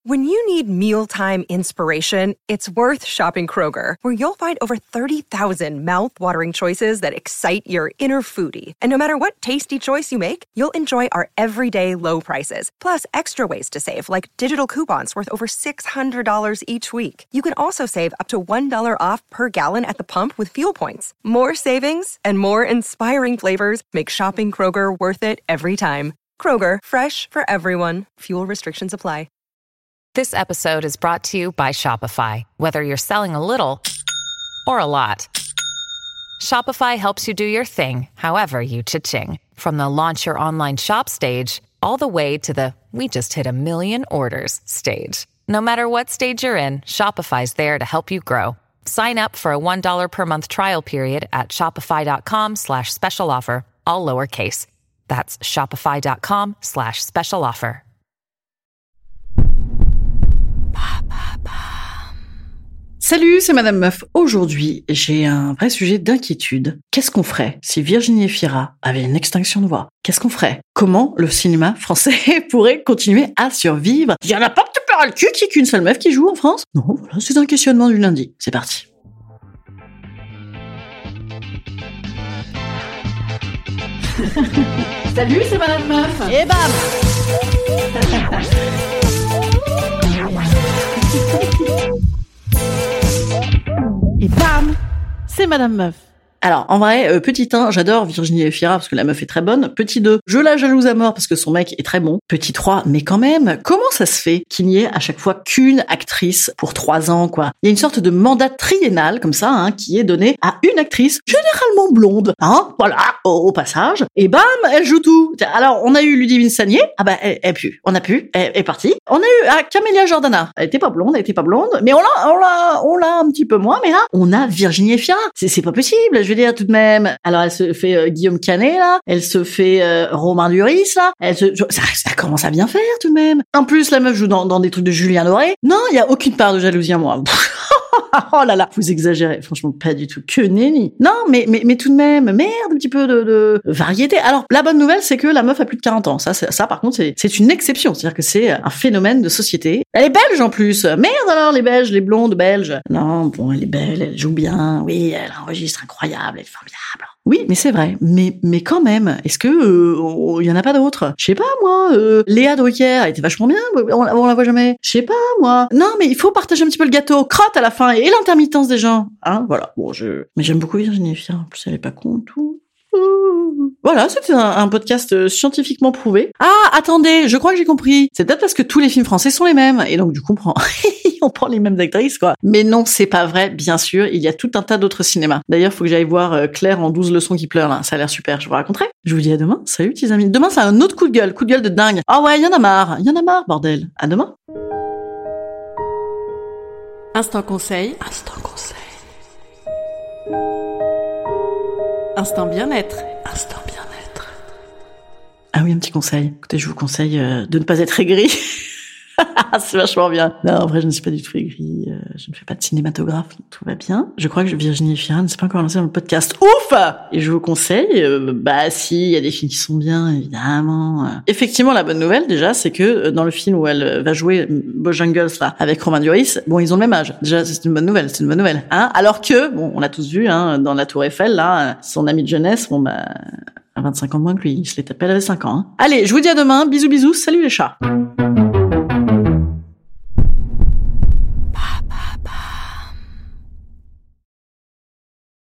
When you need mealtime inspiration, it's worth shopping Kroger, where you'll find over 30,000 mouth-watering choices that excite your inner foodie. And no matter what tasty choice you make, you'll enjoy our everyday low prices, plus extra ways to save, like digital coupons worth over $600 each week. You can also save up to $1 off per gallon at the pump with fuel points. More savings and more inspiring flavors make shopping Kroger worth it every time. Kroger, fresh for everyone. Fuel restrictions apply. This episode is brought to you by Shopify. Whether you're selling a little or a lot, Shopify helps you do your thing, however you cha-ching. From the launch your online shop stage, all the way to the we just hit 1 million orders stage. No matter what stage you're in, Shopify's there to help you grow. Sign up for a $1 per month trial period at shopify.com/special offer, all lowercase. That's shopify.com/special offer. Salut, c'est Madame Meuf. Aujourd'hui, j'ai un vrai sujet d'inquiétude. Qu'est-ce qu'on ferait si Virginie Efira avait une extinction de voix? Qu'est-ce qu'on ferait? Comment le cinéma français pourrait continuer à survivre? Il y en a pas que tu perds le cul qu'il y ait qu'une seule meuf qui joue en France? Non, voilà, c'est un questionnement du lundi. C'est parti. Salut, c'est Madame Meuf. Et bam! Et bam, c'est Madame Meuf. Alors, en vrai, petit 1, j'adore Virginie Efira parce que la meuf est très bonne. Petit 2, je la jalouse à mort parce que son mec est très bon. Petit 3, mais quand même, comment ça se fait qu'il n'y ait à chaque fois qu'une actrice pour 3 ans, quoi? Il y a une sorte de mandat triennal, comme ça, qui est donné à une actrice, généralement blonde, voilà, au passage. Et bam, elle joue tout. Alors, on a eu Ludivine Sagnier. Ah bah, elle est partie. On a eu Camélia Jordana. Elle était pas blonde, mais on l'a un petit peu moins, mais là, on a Virginie Efira. C'est pas possible, je veux dire, tout de même. Alors, elle se fait Guillaume Canet, là. Elle se fait Romain Duris, là. Ça commence à bien faire, tout de même. En plus, la meuf joue dans des trucs de Julien Doré. Non, il y a aucune part de jalousie en moi. Oh là là, vous exagérez, franchement pas du tout, que nenni. Non, mais tout de même, merde, un petit peu de variété. Alors, la bonne nouvelle, c'est que la meuf a plus de 40 ans. Ça par contre, c'est une exception. C'est-à-dire que c'est un phénomène de société. Elle est belge en plus. Merde alors, les Belges, les blondes belges. Non, bon, elle est belle, elle joue bien. Oui, elle enregistre incroyable, elle est formidable. Oui, mais c'est vrai. Mais quand même, est-ce que il y en a pas d'autres? Je sais pas moi. Léa Drucker, elle était vachement bien. On la voit jamais. Je sais pas moi. Non, mais il faut partager un petit peu le gâteau. Crotte à la fin et l'intermittence des gens. Voilà. Bon, mais j'aime beaucoup Virginie Efira. En plus, elle est pas con et tout. Voilà, c'était un podcast scientifiquement prouvé. Ah, attendez, je crois que j'ai compris. C'est peut-être parce que tous les films français sont les mêmes. Et donc, du coup, on prend les mêmes actrices, quoi. Mais non, c'est pas vrai, bien sûr. Il y a tout un tas d'autres cinémas. D'ailleurs, faut que j'aille voir Claire en 12 leçons qui pleurent, là. Ça a l'air super, je vous raconterai. Je vous dis à demain. Salut, petits amis. Demain, c'est un autre coup de gueule de dingue. Ah ouais, il y en a marre, bordel. À demain. Instant conseil. Instant bien-être. Ah oui, un petit conseil. Écoutez, je vous conseille de ne pas être aigri. C'est vachement bien. Non, en vrai, je ne suis pas du tout aigri. Je ne fais pas de cinématographe, donc tout va bien. Je crois que Virginie Efira ne s'est pas encore lancée dans le podcast. Ouf! Et je vous conseille, si, il y a des films qui sont bien, évidemment. Effectivement, la bonne nouvelle, déjà, c'est que dans le film où elle va jouer Bojangles, là, avec Romain Duris, bon, ils ont le même âge. Déjà, c'est une bonne nouvelle, Alors que, bon, on l'a tous vu, dans la Tour Eiffel, là, son ami de jeunesse, a 25 ans de moins que lui. Il se l'est tapé, elle avait 5 ans. Allez, je vous dis à demain. Bisous, salut les chats.